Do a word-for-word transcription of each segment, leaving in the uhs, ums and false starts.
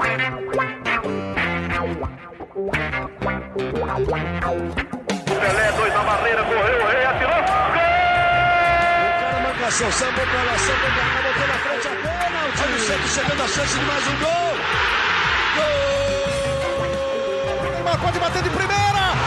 Pelé, dois na barreira, correu, o rei atirou. Gol! O cara marcação, sambou pra lá, sambou pra cá, botou na frente a bola. O time sempre chegando a chance de mais um gol. Gol! Neymar pode bater de primeira.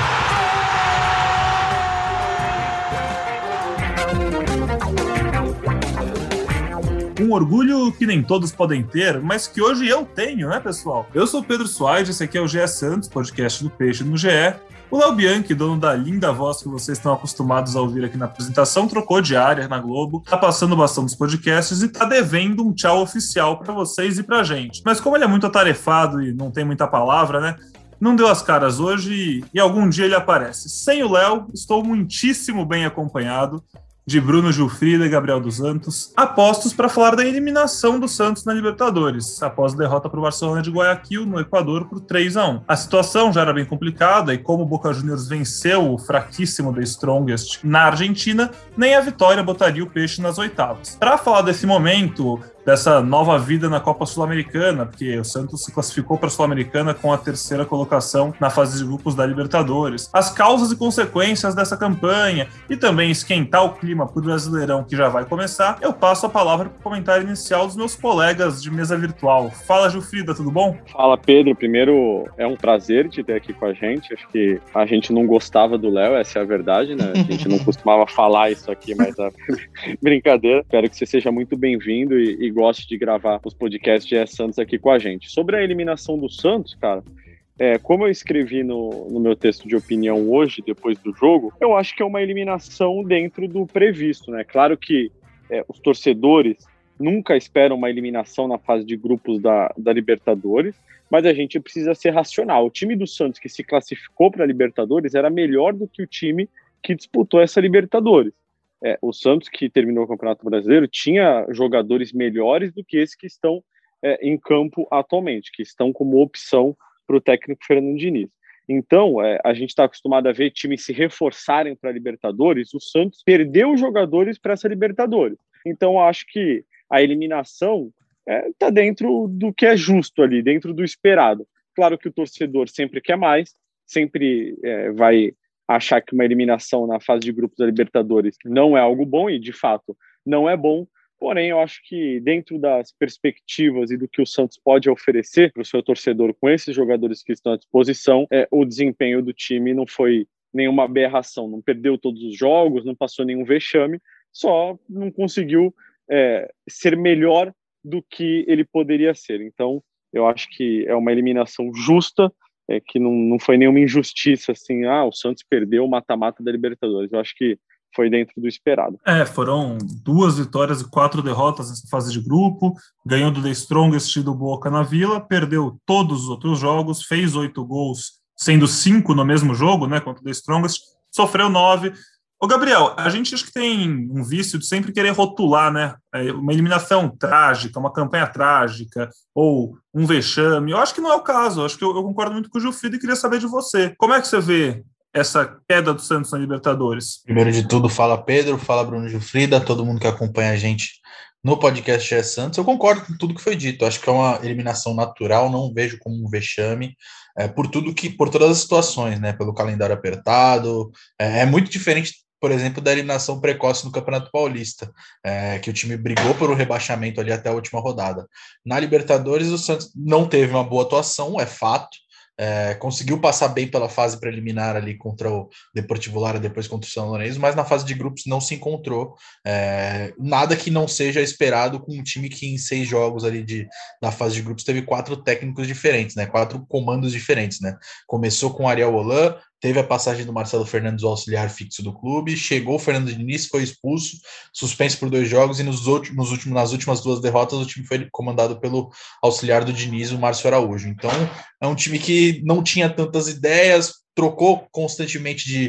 Um orgulho que nem todos podem ter, mas que hoje eu tenho, né, pessoal? Eu sou o Pedro Soares, esse aqui é o G E Santos, podcast do Peixe no G E. O Léo Bianchi, dono da linda voz que vocês estão acostumados a ouvir aqui na apresentação, trocou de área na Globo, tá passando o bastão dos podcasts e tá devendo um tchau oficial pra vocês e pra gente. Mas como ele é muito atarefado e não tem muita palavra, né? Não deu as caras hoje e, e algum dia ele aparece. Sem o Léo, estou muitíssimo bem acompanhado de Bruno Gilfrida e Gabriel dos Santos, apostos para falar da eliminação do Santos na Libertadores, após a derrota para o Barcelona de Guayaquil, no Equador, por três a um. A situação já era bem complicada e como o Boca Juniors venceu o fraquíssimo The Strongest na Argentina, nem a vitória botaria o Peixe nas oitavas. Para falar desse momento, dessa nova vida na Copa Sul-Americana, porque o Santos se classificou para a Sul-Americana com a terceira colocação na fase de grupos da Libertadores, as causas e consequências dessa campanha e também esquentar o clima para o Brasileirão que já vai começar, eu passo a palavra para o comentário inicial dos meus colegas de mesa virtual. Fala, Gilfrida, tudo bom? Fala, Pedro. Primeiro, é um prazer te ter aqui com a gente. Acho que a gente não gostava do Léo, essa é a verdade, né? A gente não costumava falar isso aqui, mas a brincadeira. Espero que você seja muito bem-vindo e, e goste de gravar os podcasts de Santos aqui com a gente. Sobre a eliminação do Santos, cara, é, como eu escrevi no, no meu texto de opinião hoje, depois do jogo, eu acho que é uma eliminação dentro do previsto, né? Claro que é, os torcedores nunca esperam uma eliminação na fase de grupos da, da Libertadores, mas a gente precisa ser racional. O time do Santos que se classificou para a Libertadores era melhor do que o time que disputou essa Libertadores. É, o Santos, que terminou o Campeonato Brasileiro, tinha jogadores melhores do que esses que estão é, em campo atualmente, que estão como opção para o técnico Fernando Diniz. Então, é, a gente está acostumado a ver times se reforçarem para a Libertadores. O Santos perdeu jogadores para essa Libertadores. Então, acho que a eliminação está é, dentro do que é justo ali, dentro do esperado. Claro que o torcedor sempre quer mais, sempre é, vai achar que uma eliminação na fase de grupos da Libertadores não é algo bom, e de fato não é bom, porém eu acho que dentro das perspectivas e do que o Santos pode oferecer para o seu torcedor com esses jogadores que estão à disposição, é, o desempenho do time não foi nenhuma aberração, não perdeu todos os jogos, não passou nenhum vexame, só não conseguiu é, ser melhor do que ele poderia ser. Então eu acho que é uma eliminação justa, É, que não, não foi nenhuma injustiça, assim, ah, o Santos perdeu o mata-mata da Libertadores. Eu acho que foi dentro do esperado. É, foram duas vitórias e quatro derrotas nessa fase de grupo, ganhou do The Strongest e do Boca na Vila, perdeu todos os outros jogos, fez oito gols, sendo cinco no mesmo jogo, né, contra o The Strongest, sofreu nove. Ô, Gabriel, a gente acho que tem um vício de sempre querer rotular, né? Uma eliminação trágica, uma campanha trágica, ou um vexame. Eu acho que não é o caso. Eu acho que eu, eu concordo muito com o Gilfrida e queria saber de você. Como é que você vê essa queda do Santos na Libertadores? Primeiro de tudo, fala Pedro, fala Bruno Gilfrida, todo mundo que acompanha a gente no podcast G E Santos. Eu concordo com tudo que foi dito. Eu acho que é uma eliminação natural, não vejo como um vexame. É, por tudo que, por todas as situações, né? Pelo calendário apertado. É, é muito diferente, por exemplo, da eliminação precoce no Campeonato Paulista, é, que o time brigou por um rebaixamento ali até a última rodada. Na Libertadores, o Santos não teve uma boa atuação, é fato, é, conseguiu passar bem pela fase preliminar ali contra o Deportivo Lara, depois contra o São Lourenço, mas na fase de grupos não se encontrou, é, nada que não seja esperado com um time que em seis jogos ali de, da fase de grupos teve quatro técnicos diferentes, né, quatro comandos diferentes, né, começou com Ariel Holan, teve a passagem do Marcelo Fernandes, o auxiliar fixo do clube, chegou o Fernando Diniz, foi expulso, suspenso por dois jogos, e nos últimos, nos últimos, nas últimas duas derrotas o time foi comandado pelo auxiliar do Diniz, o Márcio Araújo. Então é um time que não tinha tantas ideias, trocou constantemente de,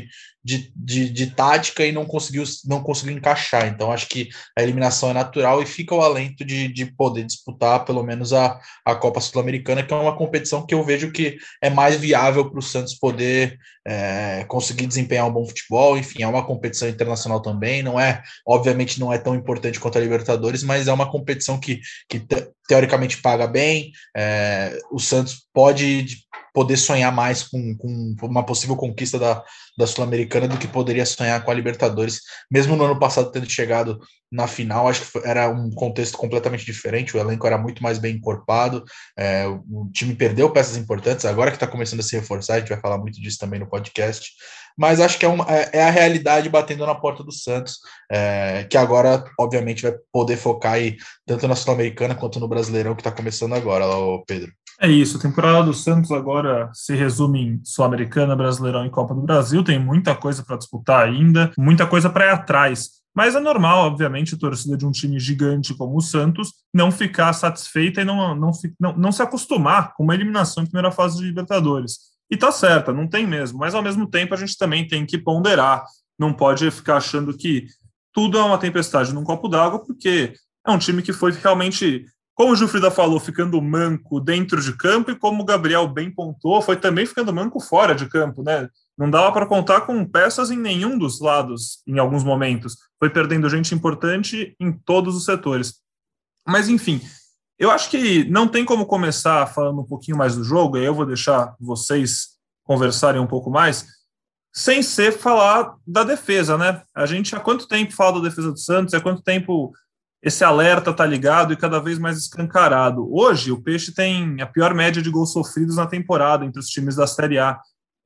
de, de, de tática e não conseguiu, não conseguiu encaixar. Então, acho que a eliminação é natural e fica o alento de, de poder disputar pelo menos a, a Copa Sul-Americana, que é uma competição que eu vejo que é mais viável para o Santos poder é, conseguir desempenhar um bom futebol. Enfim, é uma competição internacional também, não é, obviamente não é tão importante quanto a Libertadores, mas é uma competição que, que te, teoricamente paga bem. É, o Santos pode poder sonhar mais com, com uma possível conquista da, da Sul-Americana do que poderia sonhar com a Libertadores, mesmo no ano passado tendo chegado na final. Acho que foi, era um contexto completamente diferente, o elenco era muito mais bem encorpado, é, o time perdeu peças importantes, agora que está começando a se reforçar, a gente vai falar muito disso também no podcast, mas acho que é, uma, é a realidade batendo na porta do Santos, é, que agora, obviamente, vai poder focar aí, tanto na Sul-Americana quanto no Brasileirão, que está começando agora, lá, o Pedro. É isso, a temporada do Santos agora se resume em Sul-Americana, Brasileirão e Copa do Brasil. Tem muita coisa para disputar ainda, muita coisa para ir atrás. Mas é normal, obviamente, a torcida de um time gigante como o Santos não ficar satisfeita e não, não, não, não se acostumar com uma eliminação em primeira fase de Libertadores. E tá certa, não tem mesmo. Mas, ao mesmo tempo, a gente também tem que ponderar. Não pode ficar achando que tudo é uma tempestade num copo d'água, porque é um time que foi realmente... Como o Gilfrida falou, ficando manco dentro de campo, e como o Gabriel bem pontuou, foi também ficando manco fora de campo, né? Não dava para contar com peças em nenhum dos lados em alguns momentos. Foi perdendo gente importante em todos os setores. Mas, enfim, eu acho que não tem como começar falando um pouquinho mais do jogo, e aí eu vou deixar vocês conversarem um pouco mais, sem ser falar da defesa, né? A gente há quanto tempo fala da defesa do Santos, há quanto tempo... esse alerta está ligado e cada vez mais escancarado. Hoje, o Peixe tem a pior média de gols sofridos na temporada entre os times da Série A.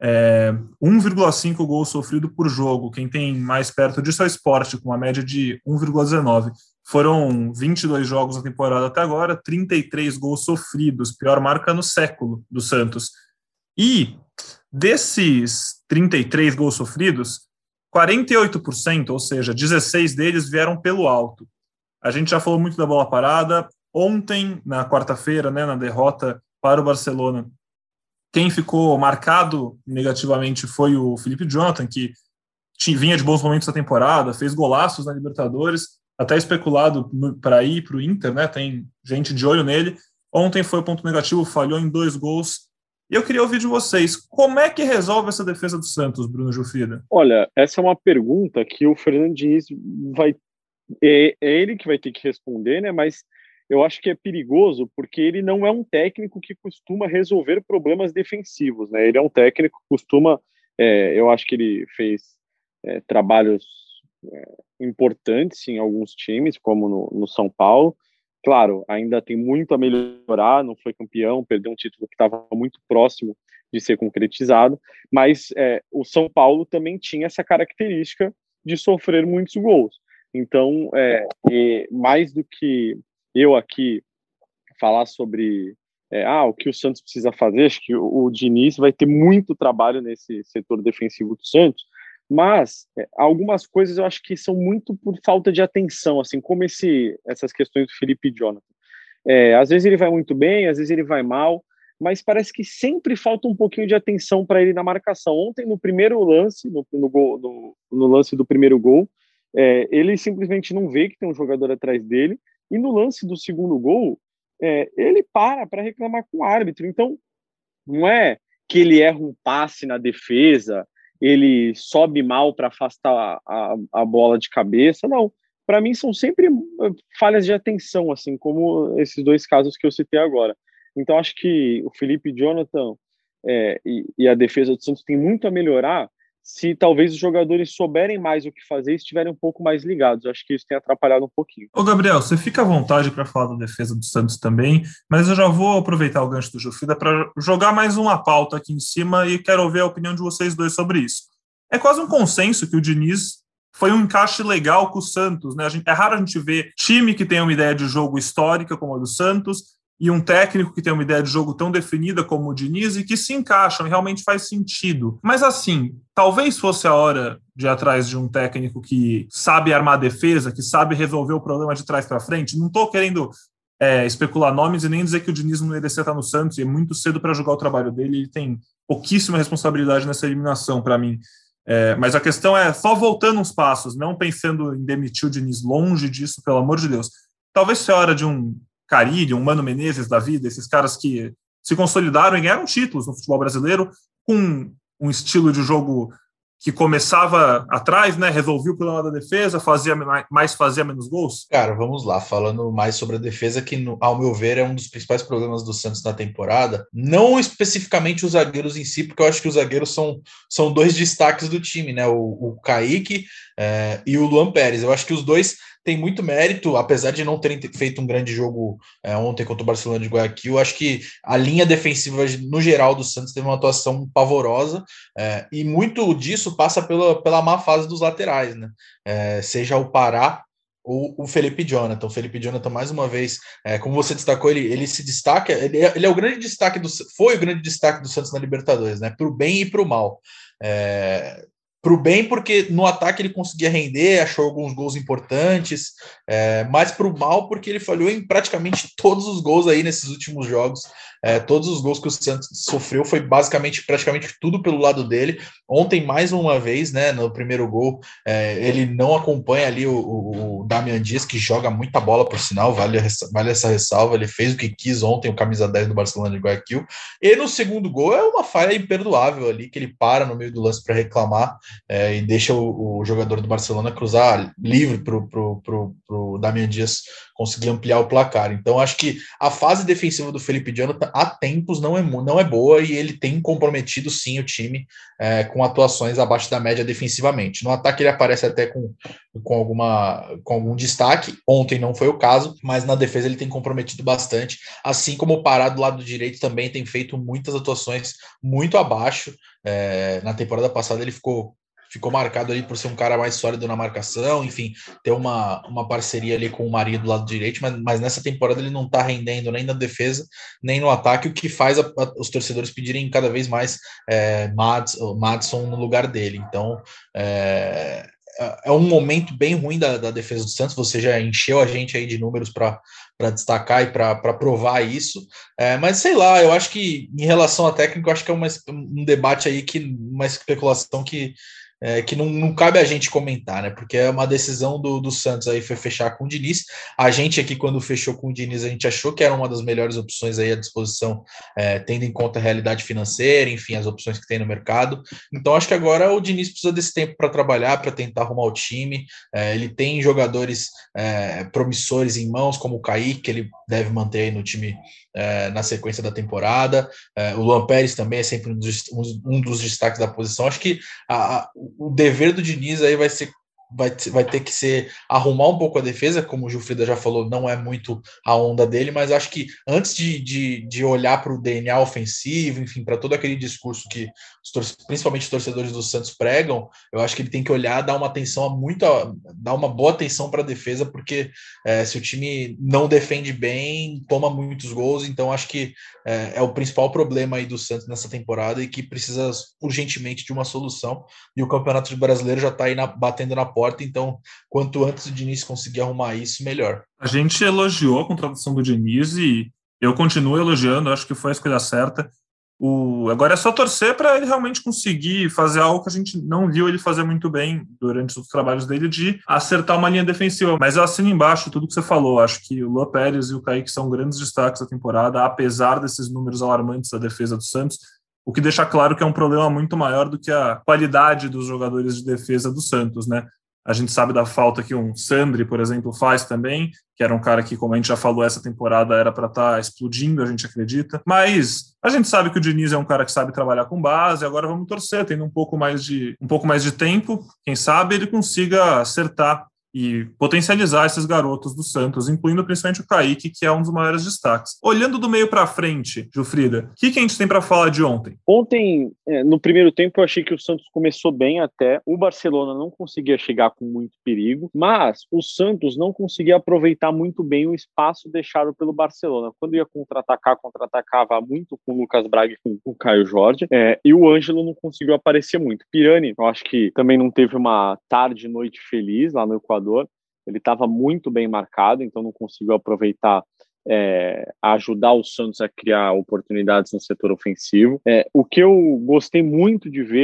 É, um vírgula cinco gols sofrido por jogo. Quem tem mais perto disso é o Sport, com uma média de um vírgula dezenove. Foram vinte e dois jogos na temporada até agora, trinta e três gols sofridos, pior marca no século do Santos. E desses trinta e três gols sofridos, quarenta e oito por cento, ou seja, dezesseis deles vieram pelo alto. A gente já falou muito da bola parada. Ontem, na quarta-feira, né, na derrota para o Barcelona, quem ficou marcado negativamente foi o Felipe Jonathan, que tinha, vinha de bons momentos da temporada, fez golaços na Libertadores, até especulado para ir para o Inter, né, tem gente de olho nele. Ontem foi o ponto negativo, falhou em dois gols. E eu queria ouvir de vocês, como é que resolve essa defesa do Santos, Bruno Gilfrida? Olha, essa é uma pergunta que o Fernando Diniz vai É, é ele que vai ter que responder, né? Mas eu acho que é perigoso porque ele não é um técnico que costuma resolver problemas defensivos, né? Ele é um técnico que costuma, é, eu acho que ele fez é, trabalhos é, importantes em alguns times, como no, no São Paulo. Claro, ainda tem muito a melhorar, não foi campeão, perdeu um título que estava muito próximo de ser concretizado, mas é, o São Paulo também tinha essa característica de sofrer muitos gols. Então, é, é, mais do que eu aqui falar sobre é, ah, o que o Santos precisa fazer, acho que o, o Diniz vai ter muito trabalho nesse setor defensivo do Santos, mas é, algumas coisas eu acho que são muito por falta de atenção, assim como esse, essas questões do Felipe Jonathan. É, às vezes ele vai muito bem, às vezes ele vai mal, mas parece que sempre falta um pouquinho de atenção para ele na marcação. Ontem, no primeiro lance, no, no, gol, no, no lance do primeiro gol, É, ele simplesmente não vê que tem um jogador atrás dele, e no lance do segundo gol, é, ele para para reclamar com o árbitro. Então, não é que ele erra um passe na defesa, ele sobe mal para afastar a, a, a bola de cabeça, não. Para mim, são sempre falhas de atenção, assim como esses dois casos que eu citei agora. Então, acho que o Felipe Jonathan é, e, e a defesa do Santos tem muito a melhorar, se talvez os jogadores souberem mais o que fazer e estiverem um pouco mais ligados. Eu acho que isso tem atrapalhado um pouquinho. Ô Gabriel, você fica à vontade para falar da defesa do Santos também, mas eu já vou aproveitar o gancho do Gilfrida para jogar mais uma pauta aqui em cima e quero ouvir a opinião de vocês dois sobre isso. É quase um consenso que o Diniz foi um encaixe legal com o Santos, né? A gente, é raro a gente ver time que tem uma ideia de jogo histórica como a do Santos e um técnico que tem uma ideia de jogo tão definida como o Diniz e que se encaixam e realmente faz sentido. Mas assim, talvez fosse a hora de ir atrás de um técnico que sabe armar a defesa, que sabe resolver o problema de trás para frente. Não estou querendo é, especular nomes e nem dizer que o Diniz não merecia estar no Santos, e é muito cedo para jogar o trabalho dele, ele tem pouquíssima responsabilidade nessa eliminação para mim. É, mas a questão é só voltando uns passos, não pensando em demitir o Diniz, longe disso, pelo amor de Deus. Talvez seja a hora de um Carille, um Mano Menezes da vida, esses caras que se consolidaram e ganharam títulos no futebol brasileiro com um estilo de jogo que começava atrás, né, resolvia o problema da defesa, fazia mais, fazia menos gols? Cara, vamos lá, falando mais sobre a defesa, que, ao meu ver, é um dos principais problemas do Santos na temporada. Não especificamente os zagueiros em si, porque eu acho que os zagueiros são, são dois destaques do time, né? O, o Kaique é, e o Luan Pérez. Eu acho que os dois têm muito mérito, apesar de não terem feito um grande jogo é, ontem contra o Barcelona de Guayaquil. Eu acho que a linha defensiva, no geral, do Santos teve uma atuação pavorosa, é, e muito disso passa pela, pela má fase dos laterais, né? É, seja o Pará ou o Felipe Jonathan. O Felipe Jonathan, mais uma vez, é, como você destacou, ele, ele se destaca, ele é, ele é o grande destaque do, foi o grande destaque do Santos na Libertadores, né? Para o bem e para o mal. É, para o bem, porque no ataque ele conseguia render, achou alguns gols importantes, é, mas para o mal, porque ele falhou em praticamente todos os gols aí nesses últimos jogos. É, todos os gols que o Santos sofreu foi basicamente, praticamente tudo pelo lado dele. Ontem, mais uma vez, né, no primeiro gol, é, ele não acompanha ali o, o, o Damian Dias, que joga muita bola, por sinal, vale, vale essa ressalva. Ele fez o que quis ontem, o camisa dez do Barcelona de Guayaquil. E no segundo gol é uma falha imperdoável ali, que ele para no meio do lance para reclamar, é, e deixa o, o jogador do Barcelona cruzar livre para o Damian Dias conseguir ampliar o placar. Então, acho que a fase defensiva do Felipe Jonathan há tempos não é, não é boa, e ele tem comprometido sim o time é, com atuações abaixo da média defensivamente. No ataque ele aparece até com, com, alguma, com algum destaque, ontem não foi o caso, mas na defesa ele tem comprometido bastante, assim como o Pará do lado direito também tem feito muitas atuações muito abaixo. É, na temporada passada ele ficou ficou marcado ali por ser um cara mais sólido na marcação, enfim, ter uma, uma parceria ali com o Maria do lado direito, mas, mas nessa temporada ele não tá rendendo nem na defesa, nem no ataque, o que faz a, a, os torcedores pedirem cada vez mais é, Mads, Madson no lugar dele. Então, é, é um momento bem ruim da, da defesa do Santos. Você já encheu a gente aí de números para destacar e para provar isso, é, mas sei lá, eu acho que em relação à técnica, eu acho que é uma, um debate aí, que uma especulação que É, que não, não cabe a gente comentar, né? Porque é uma decisão do, do Santos aí, foi fechar com o Diniz. A gente aqui, quando fechou com o Diniz, a gente achou que era uma das melhores opções aí à disposição, é, tendo em conta a realidade financeira, enfim, as opções que tem no mercado. Então, acho que agora o Diniz precisa desse tempo para trabalhar, para tentar arrumar o time. É, ele tem jogadores é, promissores em mãos, como o Kaique, que ele deve manter aí no time é, na sequência da temporada. É, o Luan Pérez também é sempre um dos, um dos destaques da posição. Acho que a, a o dever do Diniz aí vai ser vai, vai ter que ser arrumar um pouco a defesa, como o Gilfrida já falou, não é muito a onda dele, mas acho que antes de, de, de olhar para o D N A ofensivo, enfim, para todo aquele discurso que os, principalmente os torcedores do Santos pregam, eu acho que ele tem que olhar, dar uma atenção a muito, dar uma boa atenção para a defesa, porque é, se o time não defende bem, toma muitos gols. Então acho que é, é o principal problema aí do Santos nessa temporada, e que precisa urgentemente de uma solução, e o Campeonato Brasileiro já está aí na, batendo na porta. Então quanto antes o Diniz conseguir arrumar isso, melhor. A gente elogiou a contratação do Diniz e eu continuo elogiando, acho que foi a escolha certa. O... Agora é só torcer para ele realmente conseguir fazer algo que a gente não viu ele fazer muito bem durante os trabalhos dele, de acertar uma linha defensiva. Mas eu assino embaixo tudo que você falou. Acho que o Luan Pérez e o Kaique são grandes destaques da temporada, apesar desses números alarmantes da defesa do Santos, o que deixa claro que é um problema muito maior do que a qualidade dos jogadores de defesa do Santos, né? A gente sabe da falta que um Sandri, por exemplo, faz também, que era um cara que, como a gente já falou, essa temporada era para estar tá explodindo, a gente acredita. Mas a gente sabe que o Diniz é um cara que sabe trabalhar com base. Agora vamos torcer, tendo um pouco mais de, um pouco mais de tempo, quem sabe ele consiga acertar e potencializar esses garotos do Santos, incluindo principalmente o Kaique, que é um dos maiores destaques. Olhando do meio para frente, Gilfrida, o que, que a gente tem para falar de ontem? Ontem, no primeiro tempo, eu achei que o Santos começou bem até. O Barcelona não conseguia chegar com muito perigo, mas o Santos não conseguia aproveitar muito bem o espaço deixado pelo Barcelona. Quando ia contra-atacar, contra-atacava muito com o Lucas Braga e com o Caio Jorge, é, e o Ângelo não conseguiu aparecer muito. Pirani, eu acho que também não teve uma tarde e noite feliz lá no Equador. Ele estava muito bem marcado, então não conseguiu aproveitar, é, ajudar o Santos a criar oportunidades no setor ofensivo. É, o que eu gostei muito de ver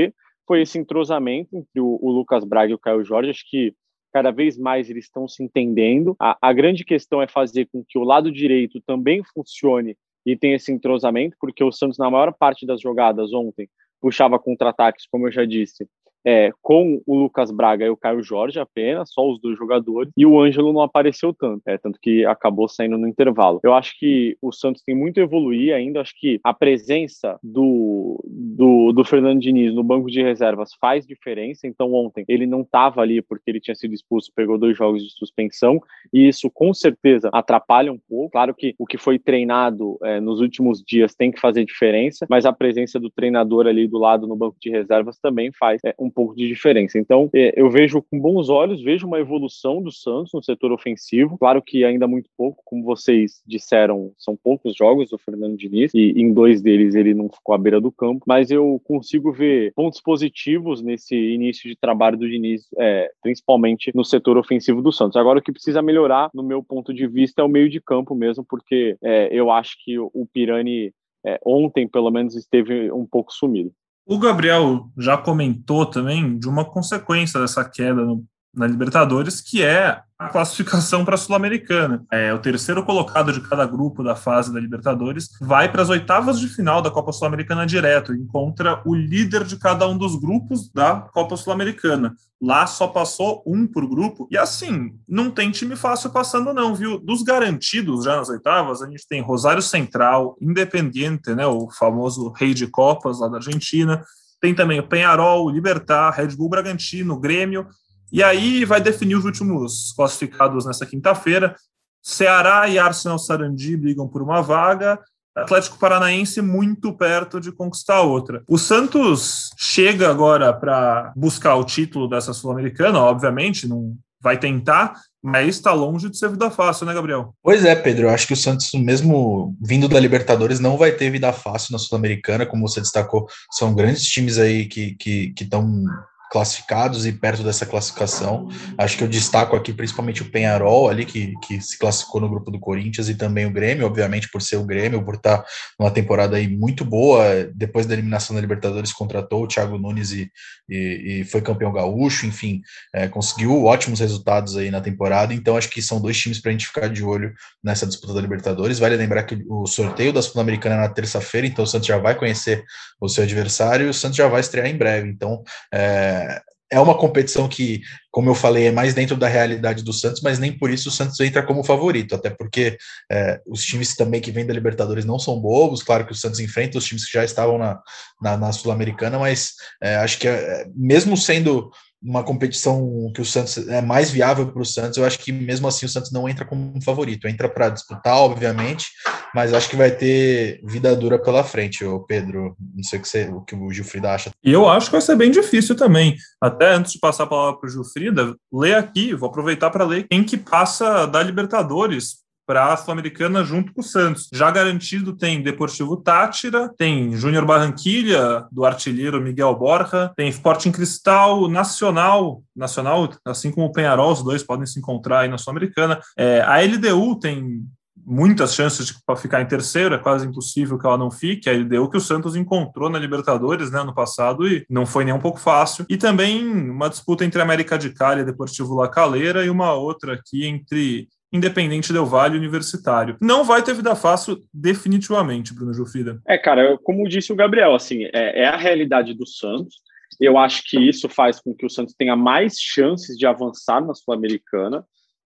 foi esse entrosamento entre o, o Lucas Braga e o Caio Jorge. Acho que cada vez mais eles estão se entendendo. A, a grande questão é fazer com que o lado direito também funcione e tenha esse entrosamento, porque o Santos, na maior parte das jogadas ontem, puxava contra-ataques, como eu já disse, É, com o Lucas Braga e o Caio Jorge apenas, só os dois jogadores, e o Ângelo não apareceu tanto, é, tanto que acabou saindo no intervalo. Eu acho que o Santos tem muito a evoluir ainda, acho que a presença do, do, do Fernando Diniz no banco de reservas faz diferença. Então ontem ele não estava ali porque ele tinha sido expulso, pegou dois jogos de suspensão, e isso com certeza atrapalha um pouco. Claro que o que foi treinado é, nos últimos dias tem que fazer diferença, mas a presença do treinador ali do lado no banco de reservas também faz é, um pouco de diferença. Então, eu vejo com bons olhos, vejo uma evolução do Santos no setor ofensivo. Claro que ainda muito pouco, como vocês disseram, são poucos jogos do Fernando Diniz, e em dois deles ele não ficou à beira do campo, mas eu consigo ver pontos positivos nesse início de trabalho do Diniz, é, principalmente no setor ofensivo do Santos. Agora, o que precisa melhorar, no meu ponto de vista, é o meio de campo mesmo, porque é, eu acho que o Pirani, é, ontem, pelo menos, esteve um pouco sumido. O Gabriel já comentou também de uma consequência dessa queda no, na Libertadores, que é a classificação para a Sul-Americana. É, o terceiro colocado de cada grupo da fase da Libertadores vai para as oitavas de final da Copa Sul-Americana direto, encontra o líder de cada um dos grupos da Copa Sul-Americana. Lá só passou um por grupo, e assim, não tem time fácil passando não, viu? Dos garantidos já nas oitavas, a gente tem Rosário Central, Independiente, né, o famoso rei de Copas lá da Argentina, tem também o Peñarol, Libertad, Red Bull Bragantino, Grêmio, e aí vai definir os últimos classificados nessa quinta-feira. Ceará e Arsenal Sarandi brigam por uma vaga, Atlético Paranaense muito perto de conquistar outra. O Santos chega agora para buscar o título dessa Sul-Americana, obviamente, não vai tentar, mas está longe de ser vida fácil, né, Gabriel? Pois é, Pedro, eu acho que o Santos, mesmo vindo da Libertadores, não vai ter vida fácil na Sul-Americana, como você destacou, são grandes times aí que que que estão classificados e perto dessa classificação. Acho que eu destaco aqui principalmente o Peñarol ali, que, que se classificou no grupo do Corinthians, e também o Grêmio, obviamente por ser o Grêmio, por estar numa temporada aí muito boa. Depois da eliminação da Libertadores, contratou o Thiago Nunes e, e, e foi campeão gaúcho, enfim, é, conseguiu ótimos resultados aí na temporada. Então acho que são dois times para a gente ficar de olho nessa disputa da Libertadores. Vale lembrar que o sorteio da Sul-Americana é na terça-feira, então o Santos já vai conhecer o seu adversário e o Santos já vai estrear em breve. Então é, é uma competição que, como eu falei, é mais dentro da realidade do Santos, mas nem por isso o Santos entra como favorito, até porque é, os times também que vêm da Libertadores não são bobos. Claro que o Santos enfrenta os times que já estavam na, na, na Sul-Americana, mas é, acho que é, mesmo sendo uma competição que o Santos é mais viável para o Santos, eu acho que mesmo assim o Santos não entra como favorito, entra para disputar, obviamente, mas acho que vai ter vida dura pela frente, ô Pedro. Não sei o que, você, o, que o Gilfrida acha. E eu acho que vai ser bem difícil também. Até antes de passar a palavra para o Gilfrida, lê aqui, vou aproveitar para ler quem que passa da Libertadores para a Sul-Americana junto com o Santos. Já garantido tem Deportivo Táchira, tem Júnior Barranquilla, do artilheiro Miguel Borja, tem Sporting Cristal, Nacional, Nacional, assim como o Peñarol, os dois podem se encontrar aí na Sul-Americana. É, a L D U tem muitas chances de ficar em terceiro, é quase impossível que ela não fique. A L D U que o Santos encontrou na Libertadores, né, ano passado, e não foi nem um pouco fácil. E também uma disputa entre América de Cali e Deportivo La Calera, e uma outra aqui entre Independente Del Valle e Universitário. Não vai ter vida fácil definitivamente, Bruno Gilfrida. É, cara, como disse o Gabriel, assim, é, é a realidade do Santos. Eu acho que isso faz com que o Santos tenha mais chances de avançar na Sul-Americana.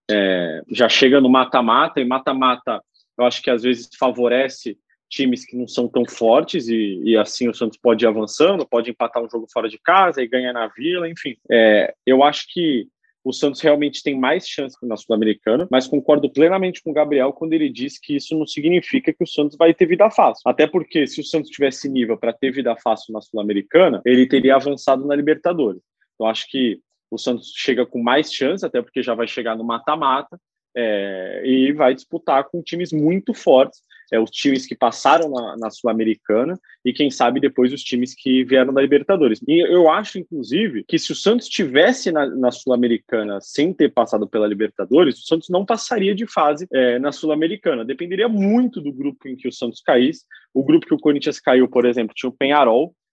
É, já chega no mata-mata, e mata-mata eu acho que às vezes favorece times que não são tão fortes, e, e assim o Santos pode ir avançando, pode empatar um jogo fora de casa e ganhar na Vila, enfim. É, eu acho que o Santos realmente tem mais chance na Sul-Americana, mas concordo plenamente com o Gabriel quando ele diz que isso não significa que o Santos vai ter vida fácil. Até porque se o Santos tivesse nível para ter vida fácil na Sul-Americana, ele teria avançado na Libertadores. Então acho que o Santos chega com mais chance, até porque já vai chegar no mata-mata, é, e vai disputar com times muito fortes, é, os times que passaram na, na Sul-Americana e quem sabe depois os times que vieram da Libertadores. E eu acho, inclusive, que se o Santos estivesse na, na Sul-Americana sem ter passado pela Libertadores, o Santos não passaria de fase é, na Sul-Americana. Dependeria muito do grupo em que o Santos caísse. O grupo que o Corinthians caiu, por exemplo, tinha o Peñarol,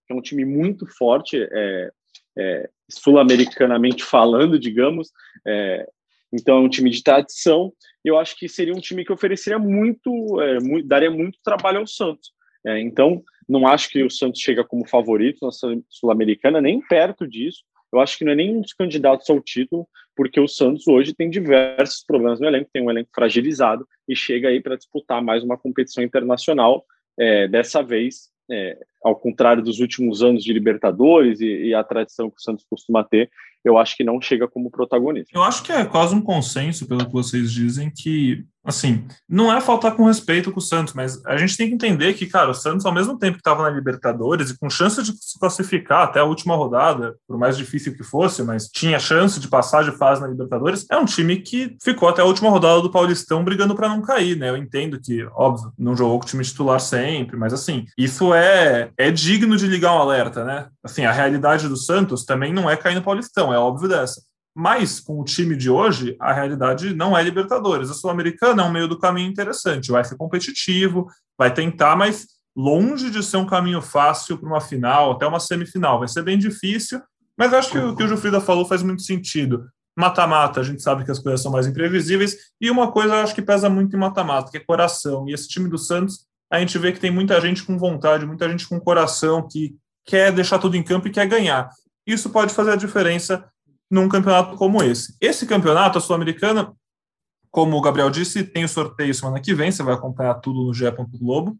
que é um time muito forte, é, é, sul-americanamente falando, digamos, é, então é um time de tradição, e eu acho que seria um time que ofereceria muito, é, muito daria muito trabalho ao Santos. É, então, não acho que o Santos chega como favorito na Sul-Americana, nem perto disso. Eu acho que não é nem um dos candidatos ao título, porque o Santos hoje tem diversos problemas no elenco, tem um elenco fragilizado e chega aí para disputar mais uma competição internacional, é, dessa vez, é, ao contrário dos últimos anos de Libertadores e, e a tradição que o Santos costuma ter, eu acho que não chega como protagonista. Eu acho que é quase um consenso, pelo que vocês dizem, que, assim, não é faltar com respeito com o Santos, mas a gente tem que entender que, cara, o Santos, ao mesmo tempo que estava na Libertadores e com chance de se classificar até a última rodada, por mais difícil que fosse, mas tinha chance de passar de fase na Libertadores, é um time que ficou até a última rodada do Paulistão brigando para não cair, né? Eu entendo que, óbvio, não jogou com o time titular sempre, mas, assim, isso é, é digno de ligar um alerta, né? Assim, a realidade do Santos também não é cair no Paulistão, é óbvio dessa. Mas, com o time de hoje, a realidade não é Libertadores. A Sul-Americana é um meio do caminho interessante. Vai ser competitivo, vai tentar, mas longe de ser um caminho fácil para uma final, até uma semifinal. Vai ser bem difícil, mas acho que o que o Gilfrida falou faz muito sentido. Mata-mata, a gente sabe que as coisas são mais imprevisíveis, e uma coisa eu acho que pesa muito em mata-mata, que é coração. E esse time do Santos, a gente vê que tem muita gente com vontade, muita gente com coração, que quer deixar tudo em campo e quer ganhar. Isso pode fazer a diferença num campeonato como esse. Esse campeonato, a Sul-Americana, como o Gabriel disse, tem o sorteio semana que vem, você vai acompanhar tudo no G E. Globo,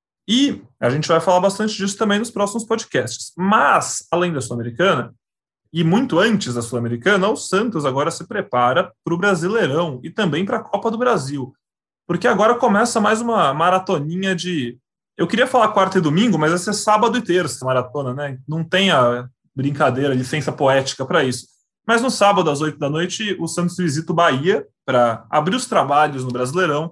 e a gente vai falar bastante disso também nos próximos podcasts. Mas, além da Sul-Americana, e muito antes da Sul-Americana, o Santos agora se prepara para o Brasileirão e também para a Copa do Brasil, porque agora começa mais uma maratoninha de... Eu queria falar quarta e domingo, mas vai ser sábado e terça maratona, né? Não tem a brincadeira, a licença poética para isso. Mas no sábado, às oito da noite, o Santos visita o Bahia para abrir os trabalhos no Brasileirão.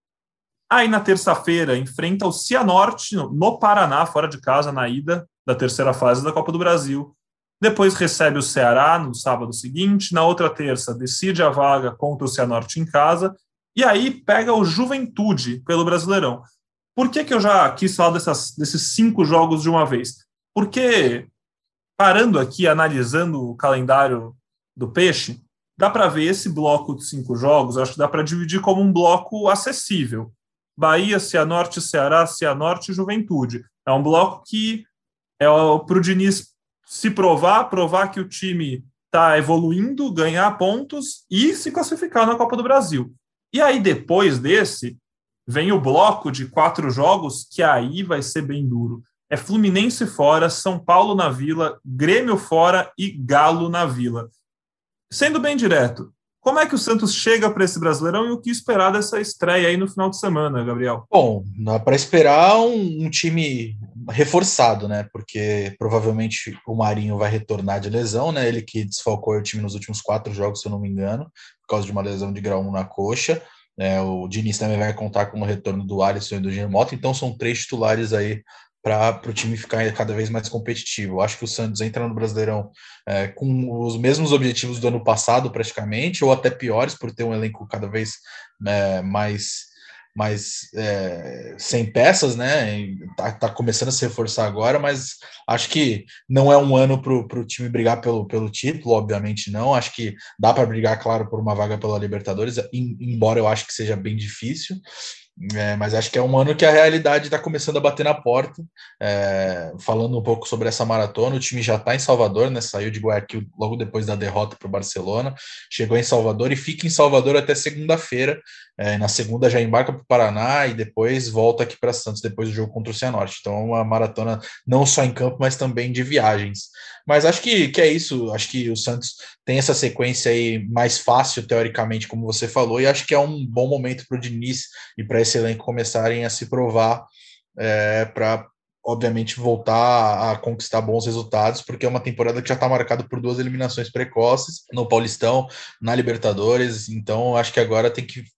Aí, na terça-feira, enfrenta o Cianorte no Paraná, fora de casa, na ida da terceira fase da Copa do Brasil. Depois recebe o Ceará no sábado seguinte. Na outra terça, decide a vaga contra o Cianorte em casa. E aí pega o Juventude pelo Brasileirão. Por que que eu já quis falar dessas, desses cinco jogos de uma vez? Porque, parando aqui, analisando o calendário do Peixe, dá para ver esse bloco de cinco jogos, eu acho que dá para dividir como um bloco acessível. Bahia, Cianorte, Ceará, Cianorte e Juventude. É um bloco que é para o Diniz se provar, provar que o time está evoluindo, ganhar pontos e se classificar na Copa do Brasil. E aí, depois desse, vem o bloco de quatro jogos, que aí vai ser bem duro. É Fluminense fora, São Paulo na Vila, Grêmio fora e Galo na Vila. Sendo bem direto, como é que o Santos chega para esse Brasileirão e o que esperar dessa estreia aí no final de semana, Gabriel? Bom, dá para esperar um, um time reforçado, né? Porque provavelmente o Marinho vai retornar de lesão, né? Ele que desfalcou o time nos últimos quatro jogos, se eu não me engano, por causa de uma lesão de grau um na coxa. É, o Diniz também vai contar com o retorno do Alisson e do Gianmota, então são três titulares aí para o time ficar cada vez mais competitivo. Eu acho que o Santos entra no Brasileirão é, com os mesmos objetivos do ano passado, praticamente, ou até piores, por ter um elenco cada vez é, mais, mais é, sem peças, né? Tá, tá começando a se reforçar agora, mas acho que não é um ano para o time brigar pelo, pelo título, obviamente não. Acho que dá para brigar, claro, por uma vaga pela Libertadores, embora eu acho que seja bem difícil. É, mas acho que é um ano que a realidade está começando a bater na porta. É, falando um pouco sobre essa maratona, o time já está em Salvador, né? Saiu de Guayaquil logo depois da derrota para o Barcelona, chegou em Salvador e fica em Salvador até segunda-feira. É, na segunda já embarca para o Paraná e depois volta aqui para Santos depois do jogo contra o Cianorte. Então é uma maratona não só em campo, mas também de viagens. Mas acho que, que é isso. Acho que o Santos tem essa sequência aí mais fácil, teoricamente, como você falou, e acho que é um bom momento para o Diniz e para esse elenco começarem a se provar é, para, obviamente, voltar a conquistar bons resultados, porque é uma temporada que já está marcada por duas eliminações precoces no Paulistão, na Libertadores. Então acho que agora tem que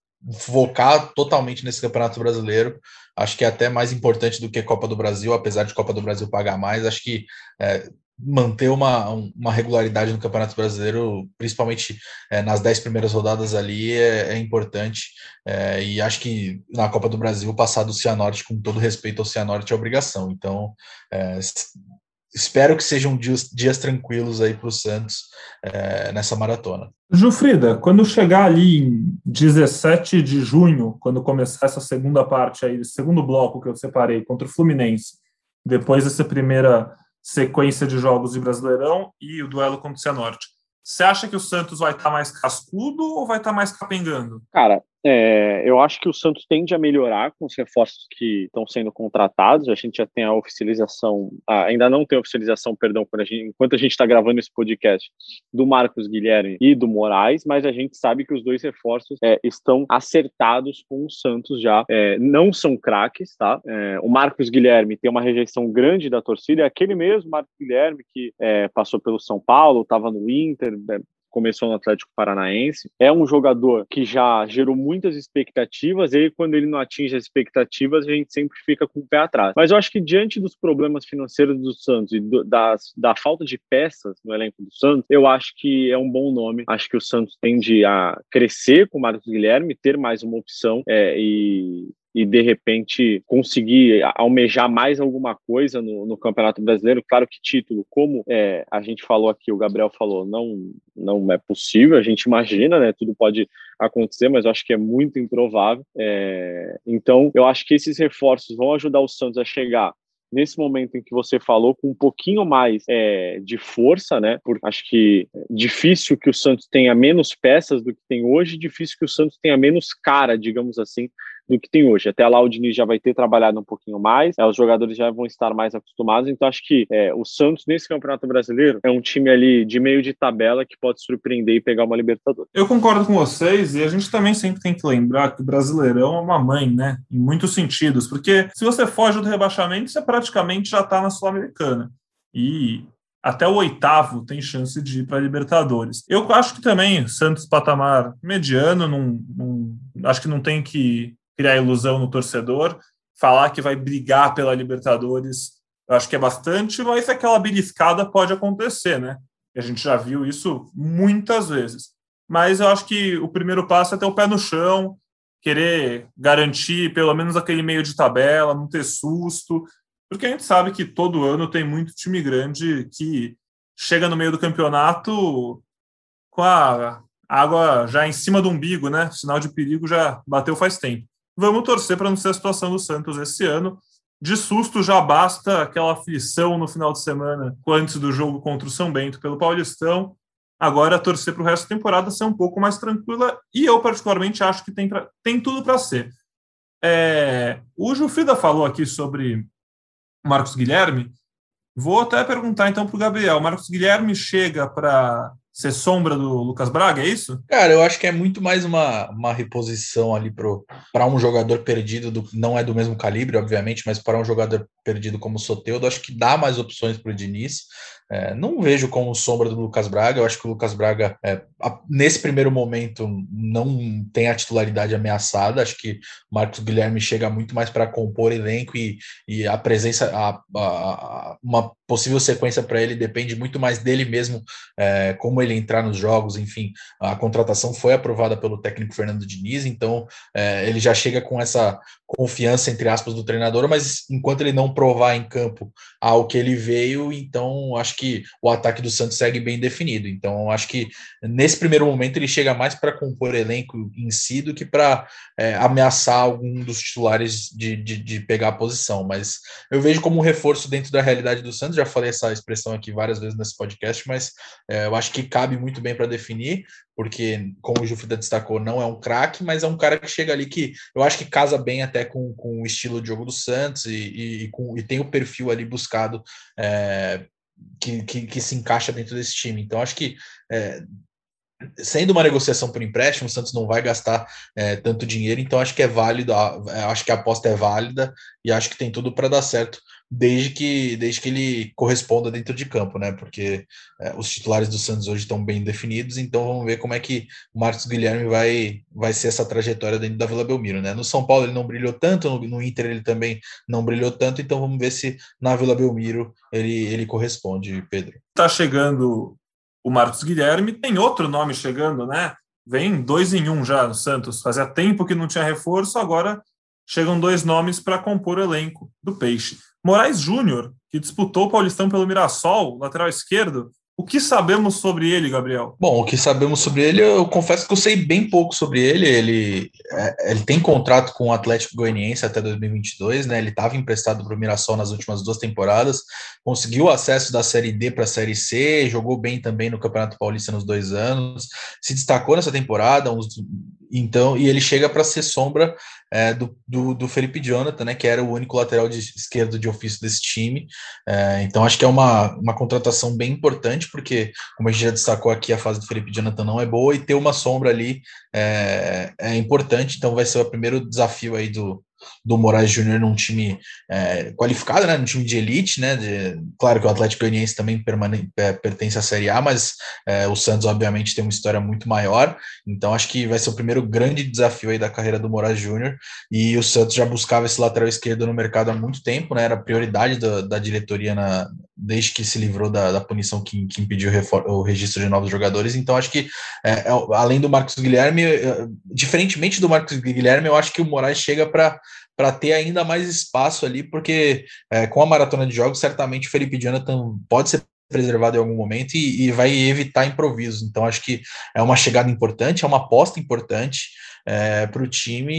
focar totalmente nesse Campeonato Brasileiro. Acho que é até mais importante do que a Copa do Brasil, apesar de Copa do Brasil pagar mais. Acho que é, manter uma, uma regularidade no Campeonato Brasileiro, principalmente é, nas dez primeiras rodadas ali, é, é importante. É, e acho que na Copa do Brasil, passar do Cianorte, com todo respeito ao Cianorte, é obrigação. Então, é, espero que sejam dias, dias tranquilos aí para o Santos é, nessa maratona. Jufrida, quando chegar ali em dezessete de junho, quando começar essa segunda parte aí, esse segundo bloco que eu separei contra o Fluminense, depois dessa primeira sequência de jogos de Brasileirão e o duelo contra o Cianorte, você acha que o Santos vai estar mais cascudo ou vai estar mais capengando? Cara, é, eu acho que o Santos tende a melhorar com os reforços que estão sendo contratados. A gente já tem a oficialização, ah, ainda não tem a oficialização, perdão, a gente, enquanto a gente está gravando esse podcast, do Marcos Guilherme e do Moraes, mas a gente sabe que os dois reforços é, estão acertados com o Santos já. É, não são craques, tá? É, o Marcos Guilherme tem uma rejeição grande da torcida, é aquele mesmo Marcos Guilherme que é, passou pelo São Paulo, estava no Inter, é, começou no Atlético Paranaense, é um jogador que já gerou muitas expectativas, e aí quando ele não atinge as expectativas, a gente sempre fica com o pé atrás. Mas eu acho que diante dos problemas financeiros do Santos e do, das, da falta de peças no elenco do Santos, eu acho que é um bom nome. Acho que o Santos tende a crescer com o Marcos Guilherme, ter mais uma opção é, e... e, de repente, conseguir almejar mais alguma coisa no, no Campeonato Brasileiro. Claro que título, como é, a gente falou aqui, o Gabriel falou, não, não é possível, a gente imagina, né? Tudo pode acontecer, mas eu acho que é muito improvável. É, então, eu acho que esses reforços vão ajudar o Santos a chegar nesse momento em que você falou, com um pouquinho mais é, de força, né? Porque acho que é difícil que o Santos tenha menos peças do que tem hoje, difícil que o Santos tenha menos cara, digamos assim, do que tem hoje. Até lá o Diniz já vai ter trabalhado um pouquinho mais, é, os jogadores já vão estar mais acostumados, então acho que é, o Santos nesse Campeonato Brasileiro é um time ali de meio de tabela que pode surpreender e pegar uma Libertadores. Eu concordo com vocês, e a gente também sempre tem que lembrar que o Brasileirão é uma mãe, né? Em muitos sentidos, porque se você foge do rebaixamento, você praticamente já está na Sul-Americana. E até o oitavo tem chance de ir para a Libertadores. Eu acho que também Santos patamar mediano, não, não, acho que não tem que criar ilusão no torcedor, falar que vai brigar pela Libertadores, eu acho que é bastante, mas aquela beliscada pode acontecer, né? A gente já viu isso muitas vezes. Mas eu acho que o primeiro passo é ter o pé no chão, querer garantir pelo menos aquele meio de tabela, não ter susto, porque a gente sabe que todo ano tem muito time grande que chega no meio do campeonato com a água já em cima do umbigo, né? O sinal de perigo já bateu faz tempo. Vamos torcer para não ser a situação do Santos esse ano. De susto já basta aquela aflição no final de semana antes do jogo contra o São Bento pelo Paulistão. Agora torcer para o resto da temporada ser um pouco mais tranquila, e eu particularmente acho que tem, pra, tem tudo para ser. É, o Jufrida falou aqui sobre Marcos Guilherme. Vou até perguntar então para o Gabriel. Marcos Guilherme chega para ser sombra do Lucas Braga, é isso? Cara, eu acho que é muito mais uma, uma reposição ali para um jogador perdido, do, não é do mesmo calibre, obviamente, mas para um jogador perdido como o Soteldo, acho que dá mais opções para o Diniz. É, não vejo como sombra do Lucas Braga, eu acho que o Lucas Braga, é, a, nesse primeiro momento, não tem a titularidade ameaçada, acho que o Marcos Guilherme chega muito mais para compor elenco e, e a presença, a, a, a, uma possível sequência para ele depende muito mais dele mesmo, é, como ele entrar nos jogos, enfim, a contratação foi aprovada pelo técnico Fernando Diniz, então é, ele já chega com essa confiança, entre aspas, do treinador, mas enquanto ele não provar em campo ao que ele veio, então acho que o ataque do Santos segue bem definido. Então acho que nesse primeiro momento ele chega mais para compor elenco em si do que para é, ameaçar algum dos titulares de, de, de pegar a posição, mas eu vejo como um reforço dentro da realidade do Santos, já falei essa expressão aqui várias vezes nesse podcast, mas é, eu acho que cabe muito bem para definir, porque, como o Jufrida destacou, não é um craque, mas é um cara que chega ali que eu acho que casa bem até com, com o estilo de jogo do Santos e, e, e, com, e tem o perfil ali buscado é, que, que, que se encaixa dentro desse time. Então, acho que é, sendo uma negociação por empréstimo, o Santos não vai gastar é, tanto dinheiro, então acho que é válido, acho que a aposta é válida e acho que tem tudo para dar certo, desde que, desde que ele corresponda dentro de campo, né? Porque é, os titulares do Santos hoje estão bem definidos, então vamos ver como é que o Marcos Guilherme vai, vai ser essa trajetória dentro da Vila Belmiro, né? No São Paulo ele não brilhou tanto, no, no Inter ele também não brilhou tanto, então vamos ver se na Vila Belmiro ele, ele corresponde, Pedro. Tá chegando o Marcos Guilherme, tem outro nome chegando, né? Vem dois em um já no Santos. Fazia tempo que não tinha reforço, agora chegam dois nomes para compor o elenco do Peixe. Moraes Júnior, que disputou o Paulistão pelo Mirassol, lateral esquerdo. O que sabemos sobre ele, Gabriel? Bom, o que sabemos sobre ele, eu confesso que eu sei bem pouco sobre ele. Ele, é, ele tem contrato com o Atlético Goianiense até dois mil e vinte e dois, né? Ele estava emprestado para o Mirassol nas últimas duas temporadas, conseguiu acesso da Série D para a Série C, jogou bem também no Campeonato Paulista nos dois anos, se destacou nessa temporada, uns, então, e ele chega para ser sombra é, do, do, do Felipe Jonathan, né? Que era o único lateral de esquerdo de ofício desse time. É, então, acho que é uma, uma contratação bem importante, porque, como a gente já destacou aqui, a fase do Felipe Jonathan não é boa, e ter uma sombra ali é, é importante. Então vai ser o primeiro desafio aí do, do Moraes Júnior num time é, qualificado, né, num time de elite, né, de, claro que o Atlético Goianiense também permane, é, pertence à Série A, mas é, o Santos obviamente tem uma história muito maior, então acho que vai ser o primeiro grande desafio aí da carreira do Moraes Júnior, e o Santos já buscava esse lateral esquerdo no mercado há muito tempo, né, era prioridade da, da diretoria na, desde que se livrou da, da punição que, que impediu o, refor- o registro de novos jogadores. Então acho que é, é, além do Marcos Guilherme, é, diferentemente do Marcos Guilherme, eu acho que o Moraes chega para para ter ainda mais espaço ali, porque é, com a maratona de jogos, certamente o Felipe Jonathan pode ser preservado em algum momento e, e vai evitar improvisos. Então acho que é uma chegada importante, é uma aposta importante é, para o time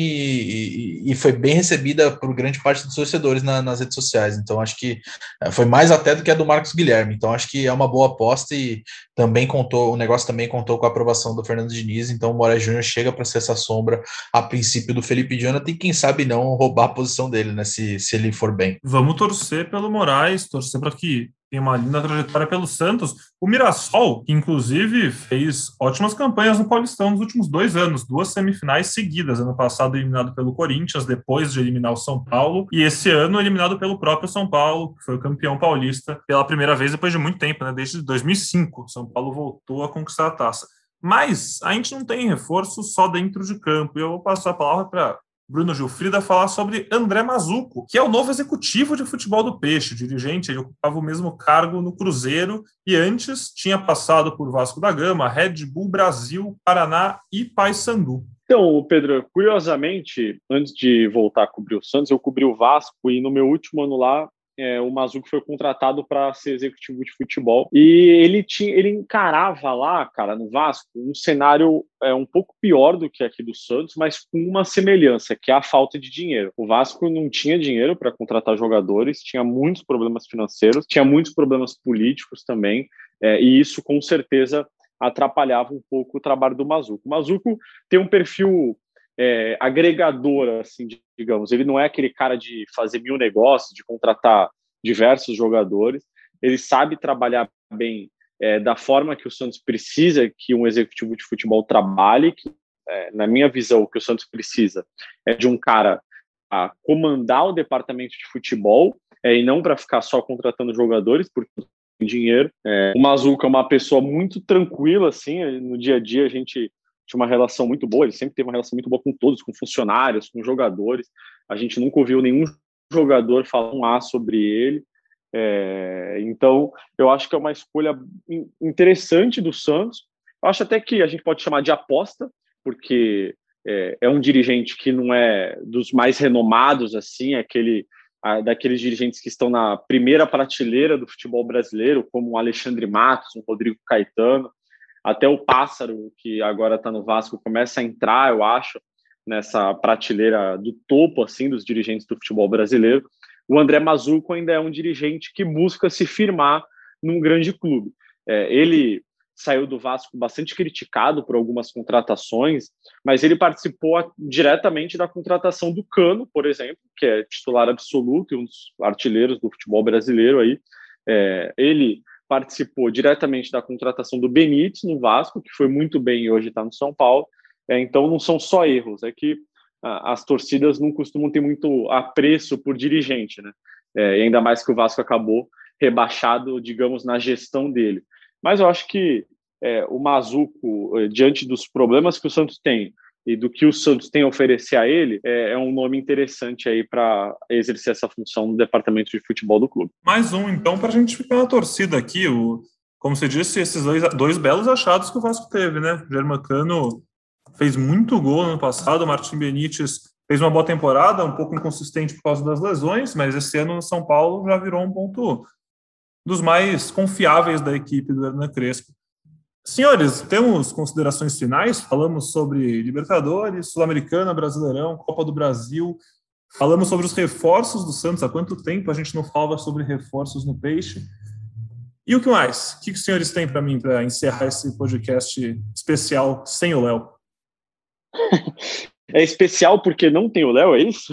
e, e, e foi bem recebida por grande parte dos torcedores na, nas redes sociais. Então acho que é, foi mais até do que a do Marcos Guilherme. Então acho que é uma boa aposta e também contou, o negócio também contou com a aprovação do Fernando Diniz. Então o Moraes Júnior chega para ser essa sombra a princípio do Felipe Jonathan e quem sabe não roubar a posição dele, né? Se, se ele for bem. Vamos torcer pelo Moraes, torcer para que tem uma linda trajetória pelo Santos. O Mirassol, que inclusive fez ótimas campanhas no Paulistão nos últimos dois anos, duas semifinais seguidas. Ano passado eliminado pelo Corinthians, depois de eliminar o São Paulo, e esse ano eliminado pelo próprio São Paulo, que foi o campeão paulista pela primeira vez depois de muito tempo, né? Desde dois mil e cinco, São Paulo voltou a conquistar a taça. Mas a gente não tem reforço só dentro de campo, e eu vou passar a palavra para Bruno Gilfrida falar sobre André Mazzuco, que é o novo executivo de futebol do Peixe, dirigente. Ele ocupava o mesmo cargo no Cruzeiro e antes tinha passado por Vasco da Gama, Red Bull Brasil, Paraná e Paysandu. Então, Pedro, curiosamente, antes de voltar a cobrir o Santos, eu cobri o Vasco e no meu último ano lá, É, o Mazzuco foi contratado para ser executivo de futebol e ele, tinha, ele encarava lá, cara, no Vasco, um cenário é, um pouco pior do que aqui do Santos, mas com uma semelhança, que é a falta de dinheiro. O Vasco não tinha dinheiro para contratar jogadores, tinha muitos problemas financeiros, tinha muitos problemas políticos também, é, e isso com certeza atrapalhava um pouco o trabalho do Mazzuco. O Mazzuco tem um perfil É, agregadora, assim, digamos. Ele não é aquele cara de fazer mil negócios, de contratar diversos jogadores. Ele sabe trabalhar bem é, da forma que o Santos precisa que um executivo de futebol trabalhe. Que, é, na minha visão, o que o Santos precisa é de um cara a comandar o departamento de futebol é, e não para ficar só contratando jogadores, porque tem dinheiro. É, o Mazzuco é uma pessoa muito tranquila, assim, no dia a dia a gente tinha uma relação muito boa, ele sempre teve uma relação muito boa com todos, com funcionários, com jogadores. A gente nunca ouviu nenhum jogador falar um A sobre ele. É, então, eu acho que é uma escolha interessante do Santos. Eu acho até que a gente pode chamar de aposta, porque é, é um dirigente que não é dos mais renomados, assim, é aquele, a, daqueles dirigentes que estão na primeira prateleira do futebol brasileiro, como o Alexandre Matos, o Rodrigo Caetano. Até o Pássaro, que agora está no Vasco, começa a entrar, eu acho, nessa prateleira do topo assim, dos dirigentes do futebol brasileiro. O André Mazzuco ainda é um dirigente que busca se firmar num grande clube. É, ele saiu do Vasco bastante criticado por algumas contratações, mas ele participou diretamente da contratação do Cano, por exemplo, que é titular absoluto e um dos artilheiros do futebol brasileiro. Aí. É, ele participou diretamente da contratação do Benítez no Vasco, que foi muito bem e hoje está no São Paulo. É, então, não são só erros, é que a, as torcidas não costumam ter muito apreço por dirigente, né? É, e ainda mais que o Vasco acabou rebaixado, digamos, na gestão dele. Mas eu acho que é, o Mazzuco, diante dos problemas que o Santos tem e do que o Santos tem a oferecer a ele, é, é um nome interessante aí para exercer essa função no departamento de futebol do clube. Mais um, então, para a gente ficar na torcida aqui. O, como você disse, esses dois, dois belos achados que o Vasco teve, né? O Germán Cano fez muito gol no ano passado, o Martim Benítez fez uma boa temporada, um pouco inconsistente por causa das lesões, mas esse ano no São Paulo já virou um ponto dos mais confiáveis da equipe do Hernan Crespo. Senhores, temos considerações finais? Falamos sobre Libertadores, Sul-Americana, Brasileirão, Copa do Brasil, falamos sobre os reforços do Santos. Há quanto tempo a gente não falava sobre reforços no Peixe? E o que mais? O que os senhores têm para mim para encerrar esse podcast especial sem o Léo? É especial porque não tem o Léo, é isso?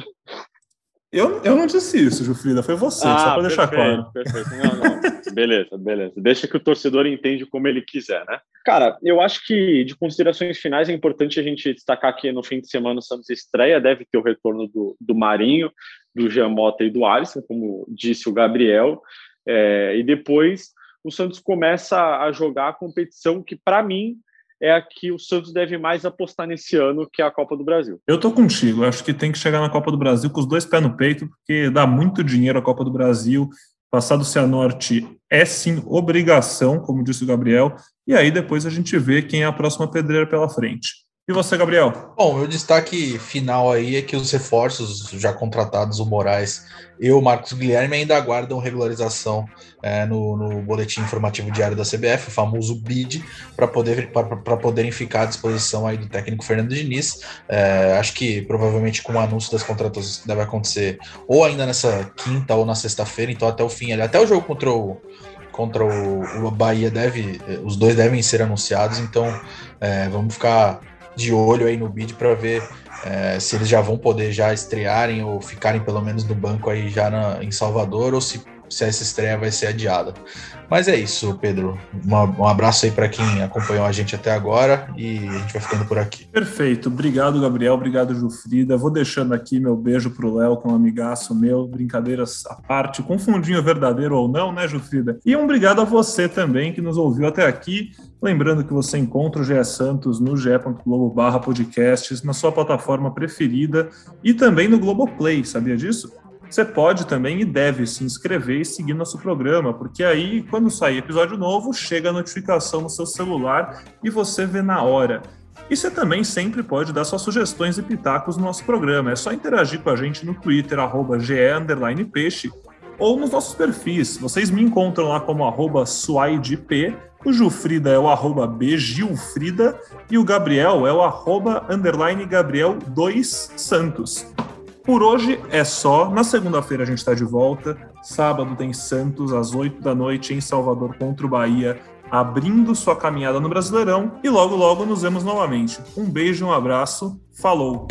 Eu, eu não disse isso, Jufrida, foi você, ah, só para deixar claro. Perfeito, não, não. Beleza, beleza. Deixa que o torcedor entende como ele quiser, né? Cara, eu acho que de considerações finais é importante a gente destacar que no fim de semana o Santos estreia, deve ter o retorno do, do Marinho, do Jean Mota e do Alisson, como disse o Gabriel, é, e depois o Santos começa a jogar a competição que, para mim, é a que o Santos deve mais apostar nesse ano, que é a Copa do Brasil. Eu tô contigo, eu acho que tem que chegar na Copa do Brasil com os dois pés no peito, porque dá muito dinheiro a Copa do Brasil, passar do Cianorte é sim obrigação, como disse o Gabriel, e aí depois a gente vê quem é a próxima pedreira pela frente. E você, Gabriel? Bom, meu destaque final aí é que os reforços já contratados, o Moraes e o Marcos Guilherme, ainda aguardam regularização é, no, no boletim informativo diário da C B F, o famoso B I D, para poder, para poderem ficar à disposição aí do técnico Fernando Diniz. É, acho que provavelmente com o anúncio das contratações deve acontecer ou ainda nessa quinta ou na sexta-feira, então até o fim, até o jogo contra o contra o, o Bahia, deve, os dois devem ser anunciados, então é, vamos ficar de olho aí no B I D para ver é, se eles já vão poder já estrearem ou ficarem pelo menos no banco aí já na, em Salvador, ou se, se essa estreia vai ser adiada. Mas é isso, Pedro. Uma, um abraço aí para quem acompanhou a gente até agora e a gente vai ficando por aqui. Perfeito. Obrigado, Gabriel. Obrigado, Jufrida. Vou deixando aqui meu beijo pro Léo, que é um amigaço meu. Brincadeiras à parte, com fundinho verdadeiro ou não, né, Jufrida? E um obrigado a você também que nos ouviu até aqui. Lembrando que você encontra o G E Santos no ge ponto globo barra podcasts, na sua plataforma preferida e também no Globoplay, sabia disso? Você pode também e deve se inscrever e seguir nosso programa, porque aí, quando sair episódio novo, chega a notificação no seu celular e você vê na hora. E você também sempre pode dar suas sugestões e pitacos no nosso programa. É só interagir com a gente no Twitter, arroba ge underline peixe, ou nos nossos perfis. Vocês me encontram lá como arroba suaidp, o Jufrida é o arroba bgilfrida e o Gabriel é o arroba underline Gabriel dois Santos. Por hoje é só. Na segunda-feira a gente está de volta. Sábado tem Santos às oito da noite em Salvador contra o Bahia, abrindo sua caminhada no Brasileirão. E logo, logo nos vemos novamente. Um beijo, um abraço. Falou!